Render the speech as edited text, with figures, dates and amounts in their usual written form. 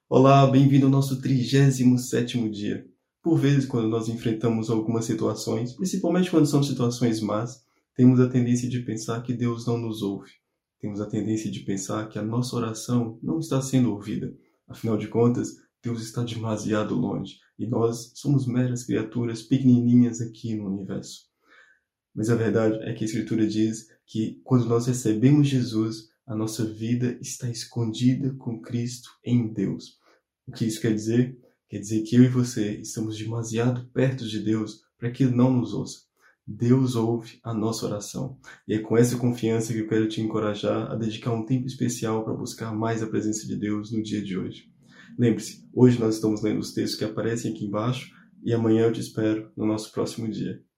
Olá, bem-vindo ao nosso 37º dia. Por vezes, quando nós enfrentamos algumas situações, principalmente quando são situações más, temos a tendência de pensar que Deus não nos ouve. Temos a tendência de pensar que a nossa oração não está sendo ouvida. Afinal de contas, Deus está demasiado longe e nós somos meras criaturas pequenininhas aqui no universo. Mas a verdade é que a Escritura diz que quando nós recebemos Jesus, a nossa vida está escondida com Cristo em Deus. O que isso quer dizer? Quer dizer que eu e você estamos demasiado perto de Deus para que Ele não nos ouça. Deus ouve a nossa oração. E é com essa confiança que eu quero te encorajar a dedicar um tempo especial para buscar mais a presença de Deus no dia de hoje. Lembre-se, hoje nós estamos lendo os textos que aparecem aqui embaixo e amanhã eu te espero no nosso próximo dia.